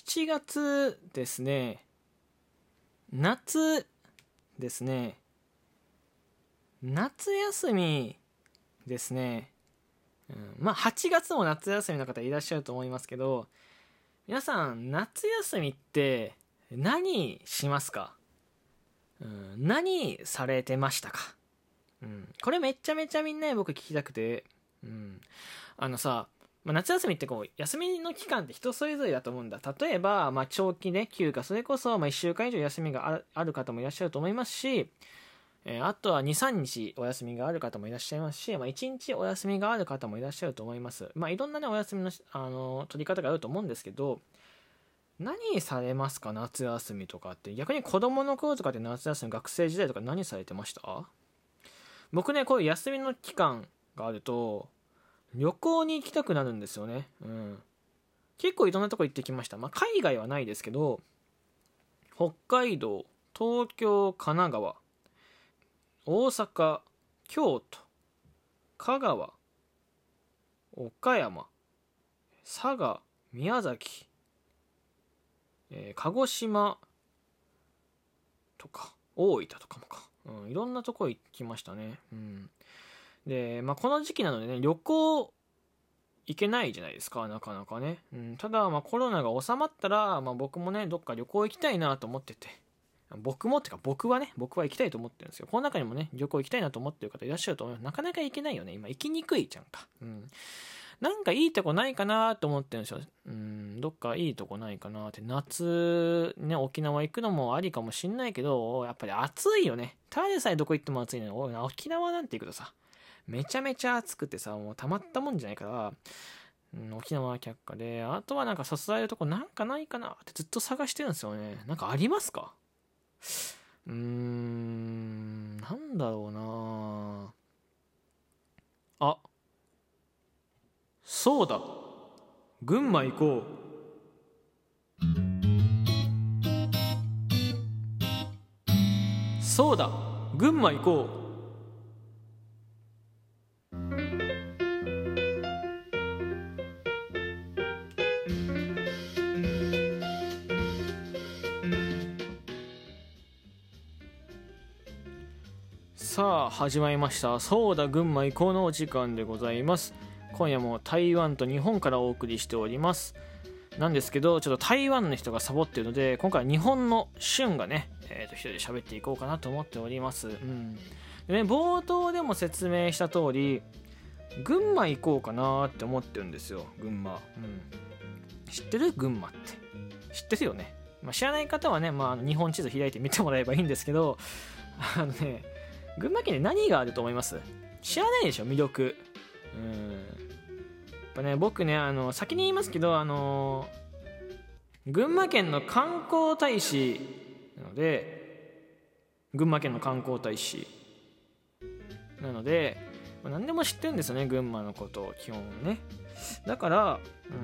7月ですね。夏ですね。夏休みですね。8月も夏休みの方いらっしゃると思いますけど、皆さん夏休みって何しますか？何されてましたか？これめちゃめちゃみんなに僕聞きたくて、夏休みって休みの期間って人それぞれだと思うんだ。例えば、長期ね休暇、それこそ1週間以上休みがある方もいらっしゃると思いますし、あとは 2,3 日お休みがある方もいらっしゃいますし、1日お休みがある方もいらっしゃると思います。いろんなねお休みの取り方があると思うんですけど、何されますか？夏休みとかって。逆に子供の頃とかって夏休み、学生時代とか何されてました？僕ね、こういう休みの期間があると旅行に行きたくなるんですよね。結構いろんなとこ行ってきました。海外はないですけど、北海道、東京、神奈川、大阪、京都、香川、岡山、佐賀、宮崎、鹿児島とか大分とかもか、いろんなとこ行きましたね。で、この時期なのでね、旅行行けないじゃないですか、なかなかね。ただコロナが収まったら、僕もねどっか旅行行きたいなと思ってて、僕は行きたいと思ってるんですよ。この中にもね旅行行きたいなと思ってる方いらっしゃると思います。なかなか行けないよね、今行きにくいじゃんか。なんかいいとこないかなと思ってるんですよ。どっかいいとこないかなって。夏ね、沖縄行くのもありかもしんないけど、やっぱり暑いよね。ただでさえどこ行っても暑いのに、沖縄なんて行くとさ、めちゃめちゃ暑くてさ、もうたまったもんじゃないから、沖縄は却下で、あとはなんかそそられるとこなんかないかなってずっと探してるんですよね。なんかありますか？なんだろうなあ。そうだ、群馬行こう。そうだ、群馬行こう。さあ始まりました。そうだ、群馬行こうのお時間でございます。今夜も台湾と日本からお送りしております。なんですけど、ちょっと台湾の人がサボっているので、今回は日本の旬がね、一人で喋っていこうかなと思っております。でね、冒頭でも説明した通り、群馬行こうかなって思ってるんですよ。群馬、知ってる？群馬って知ってるよね。知らない方はね、日本地図開いて見てもらえばいいんですけど、群馬県で何があると思います？知らないでしょ、魅力。やっぱね、僕ね、先に言いますけど、群馬県の観光大使なので、群馬県の観光大使なので、何でも知ってるんですよね、群馬のことを基本ね。だから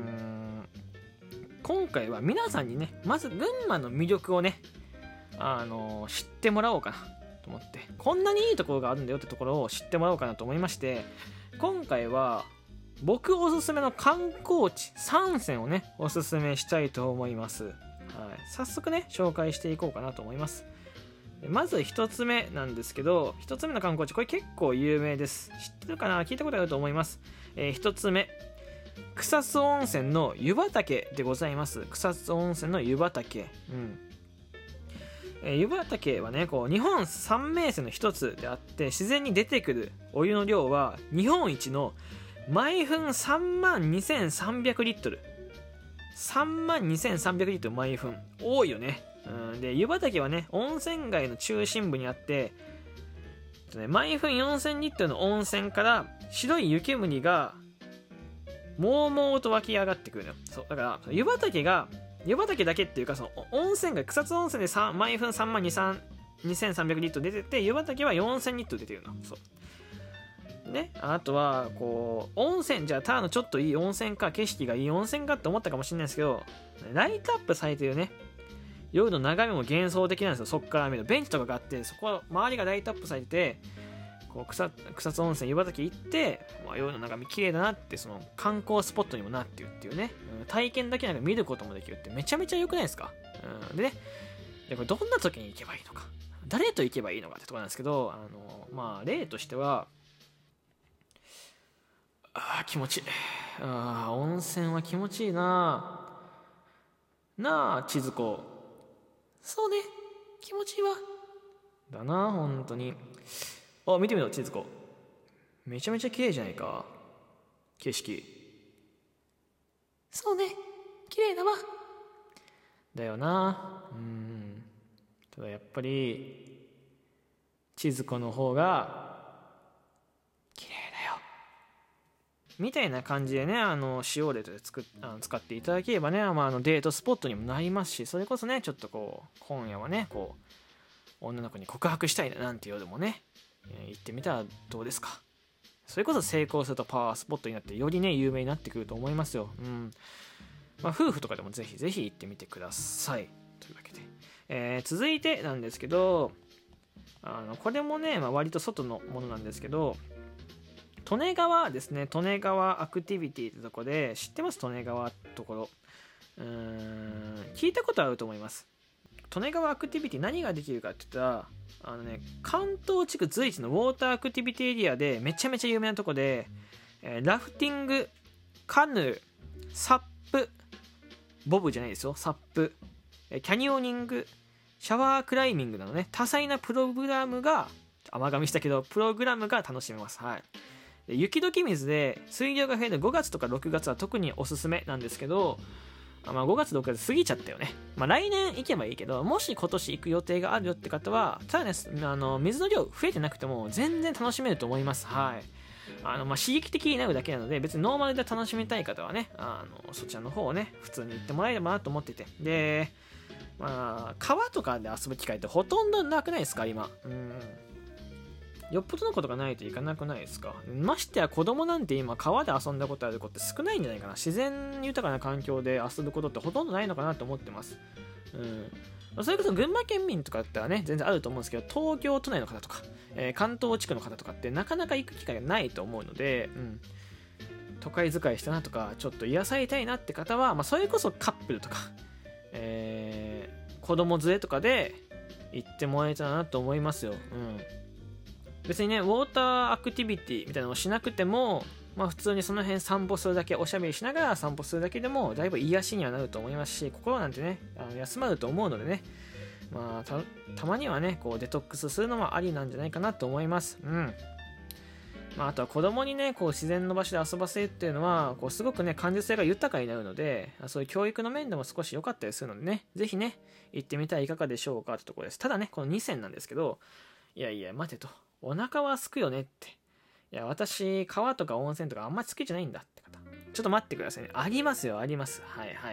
今回は皆さんにね、まず群馬の魅力をね、知ってもらおうかなと思って、こんなにいいところがあるんだよってところを知ってもらおうかなと思いまして、今回は僕おすすめの観光地3選をねおすすめしたいと思います。早速ね紹介していこうかなと思います。まず1つ目なんですけど、1つ目の観光地、これ結構有名です。知ってるかな？聞いたことあると思います。1つ目、草津温泉の湯畑でございます。草津温泉の湯畑。湯畑はね、日本三名泉の一つであって、自然に出てくるお湯の量は日本一の毎分32,300リットル。32,300リットル毎分。多いよね。で、湯畑はね、温泉街の中心部にあって、毎分4,000リットルの温泉から白い湯煙がもうもうと湧き上がってくるのよ。そう。だから、湯畑だけっていうか、その温泉街、草津温泉で毎分32,300リットル出てて、湯畑は4,000リットル出てるの。そうね。あとは温泉、じゃあただのちょっといい温泉か、景色がいい温泉かって思ったかもしれないですけど、ライトアップされてるね、夜の眺めも幻想的なんですよ。そっから見るベンチとかがあって、そこ周りがライトアップされてて、草津温泉湯畑行って、夜の眺め綺麗だなって、その観光スポットにもなってるっていうね、 体験だけなんか見ることもできるってめちゃめちゃ良くないですか？でね、これどんな時に行けばいいのか、誰と行けばいいのかってところなんですけど、例としては、気持ちいい。温泉は気持ちいいなあ、千鶴子。そうね、気持ちいいわ。だな、本当に。見てみろ、千鶴子。めちゃめちゃ綺麗じゃないか、景色。そうね、綺麗だわ。だよな。ただやっぱり千鶴子の方が綺麗だよみたいな感じでね、使用例として使っていただければね、デートスポットにもなりますし、それこそね、ちょっとこう今夜はね、こう女の子に告白したいななんて夜もね、行ってみたらどうですか。それこそ成功するとパワースポットになってよりね有名になってくると思いますよ。夫婦とかでもぜひぜひ行ってみてくださいというわけで、続いてなんですけど、これもね、割と外のものなんですけど、利根川ですね。利根川アクティビティってとこで、知ってます？利根川ってところ。聞いたことあると思います。利根川アクティビティ何ができるかって言ったら、関東地区随一のウォーターアクティビティエリアでめちゃめちゃ有名なとこで、ラフティング、カヌー、サップ、ボブじゃないですよ、サップ、キャニオニング、シャワークライミングなどね、多彩なプログラムが甘噛みしたけどプログラムが楽しめます。で雪解け水で水量が増える5月とか6月は特におすすめなんですけど、5月6月過ぎちゃったよね。来年行けばいいけど、もし今年行く予定があるよって方は、ただね、水の量増えてなくても全然楽しめると思います。刺激的になるだけなので、別にノーマルで楽しみたい方はね、そちらの方をね普通に行ってもらえればなと思ってて、で川とかで遊ぶ機会ってほとんどなくないですか今。よっぽどのことがないといかなくないですか。ましてや子供なんて今川で遊んだことある子って少ないんじゃないかな。自然豊かな環境で遊ぶことってほとんどないのかなと思ってます。それこそ群馬県民とかだったらね全然あると思うんですけど、東京都内の方とか、関東地区の方とかってなかなか行く機会がないと思うので、都会使いしたなとかちょっと癒されたいなって方は、それこそカップルとか、子供連れとかで行ってもらえたらなと思いますよ。別にねウォーターアクティビティみたいなのをしなくても、普通にその辺散歩するだけ、おしゃべりしながら散歩するだけでもだいぶ癒しにはなると思いますし、心なんてね休まると思うのでね、たまにはねこうデトックスするのもありなんじゃないかなと思います。あとは子供にねこう自然の場所で遊ばせるっていうのはこうすごくね感受性が豊かになるので、そういう教育の面でも少し良かったりするのでね、ぜひね行ってみたらいかがでしょうかってところです。ただねこの2選なんですけど、いや待てと、お腹はすくよねって、いや私川とか温泉とかあんまり好きじゃないんだって方、ちょっと待ってくださいね。ありますよ、あります。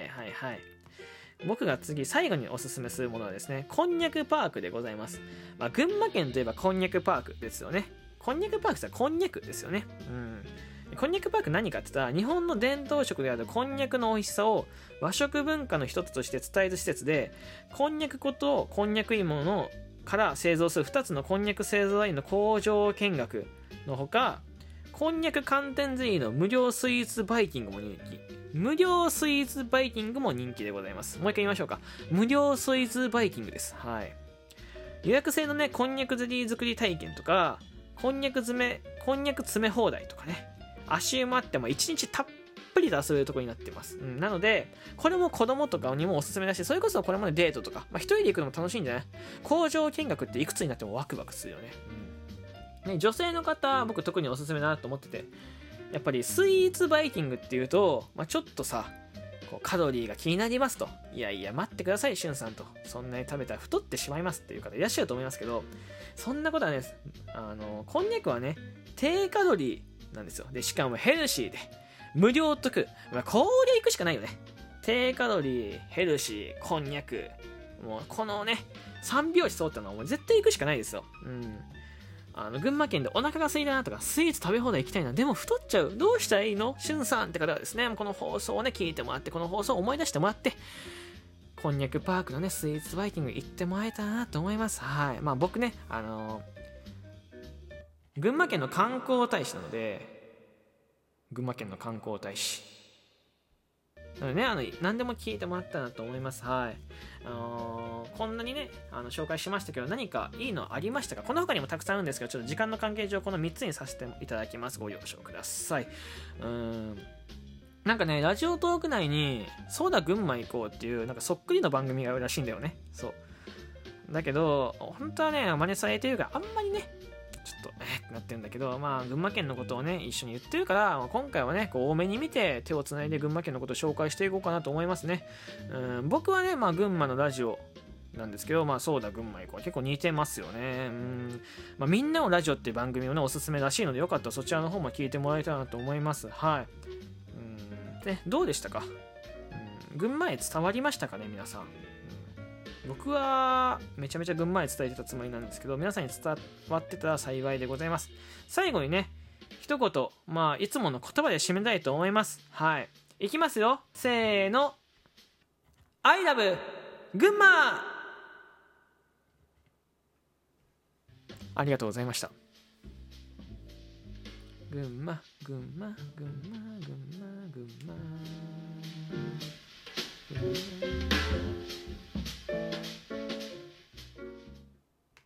僕が次最後におすすめするものはですね、こんにゃくパークでございます。群馬県といえばこんにゃくパークですよね。こんにゃくパークってこんにゃくですよね。こんにゃくパーク何かって言ったら、日本の伝統食であるこんにゃくの美味しさを和食文化の一つとして伝える施設で、こんにゃく粉とこんにゃく芋のから製造する2つのこんにゃく製造ラインの工場見学のほか、こんにゃく寒天ゼリーの無料スイーツバイキングも人気。無料スイーツバイキングも人気でございます。もう一回言いましょうか。無料スイーツバイキングです。予約制のねこんにゃくゼリー作り体験とか、こんにゃく詰め放題とかね、足湯もあっても1日たっぷりと遊べるところになってます。なのでこれも子供とかにもおすすめだし、それこそこれまでデートとか、一人で行くのも楽しいんじゃない？工場見学っていくつになってもワクワクするよね。女性の方僕特におすすめだなと思ってて、やっぱりスイーツバイキングっていうと、ちょっとさこうカロリーが気になりますと、いや待ってくださいしゅんさんと、そんなに食べたら太ってしまいますっていう方いらっしゃると思いますけど、そんなことはね、こんにゃくはね低カロリーなんですよ。でしかもヘルシーで無料得、これ行くしかないよね。低カロリーヘルシーこんにゃく、もうこのね3拍子揃ったのはもう絶対行くしかないですよ。群馬県でお腹が空いたなとか、スイーツ食べ放題行きたいな、でも太っちゃう、どうしたらいいのしゅんさんって方はですね、この放送をね聞いてもらって、この放送を思い出してもらって、こんにゃくパークのねスイーツバイキング行ってもらえたらなと思います。僕ね群馬県の観光大使なので、群馬県の観光大使なのでね、何でも聞いてもらったらなと思います。はい。こんなにね、紹介しましたけど、何かいいのありましたか？この他にもたくさんあるんですけど、ちょっと時間の関係上、この3つにさせていただきます。ご了承ください。なんかね、ラジオトーク内に、そうだ群馬行こうっていう、なんかそっくりの番組があるらしいんだよね。そう。だけど、本当はね、真似されてるから、あんまりね、ちょっと、ってなってるんだけど、まあ、群馬県のことをね、一緒に言ってるから、今回はね、こう多めに見て、手をつないで群馬県のことを紹介していこうかなと思いますね。僕はね、まあ、群馬のラジオなんですけど、まあ、そうだ、群馬行こう。結構似てますよね。まあ、みんなのラジオっていう番組をね、おすすめらしいので、よかったらそちらの方も聞いてもらえたらなと思います。はい。ね、どうでしたか？群馬へ伝わりましたかね、皆さん。僕はめちゃめちゃ群馬へ伝えてたつもりなんですけど、皆さんに伝わってたら幸いでございます。最後にね、一言、まあ、いつもの言葉で締めたいと思います。はい。いきますよ。せーの。I love 群馬。ありがとうございました。群馬、群馬、群馬、群馬、群馬。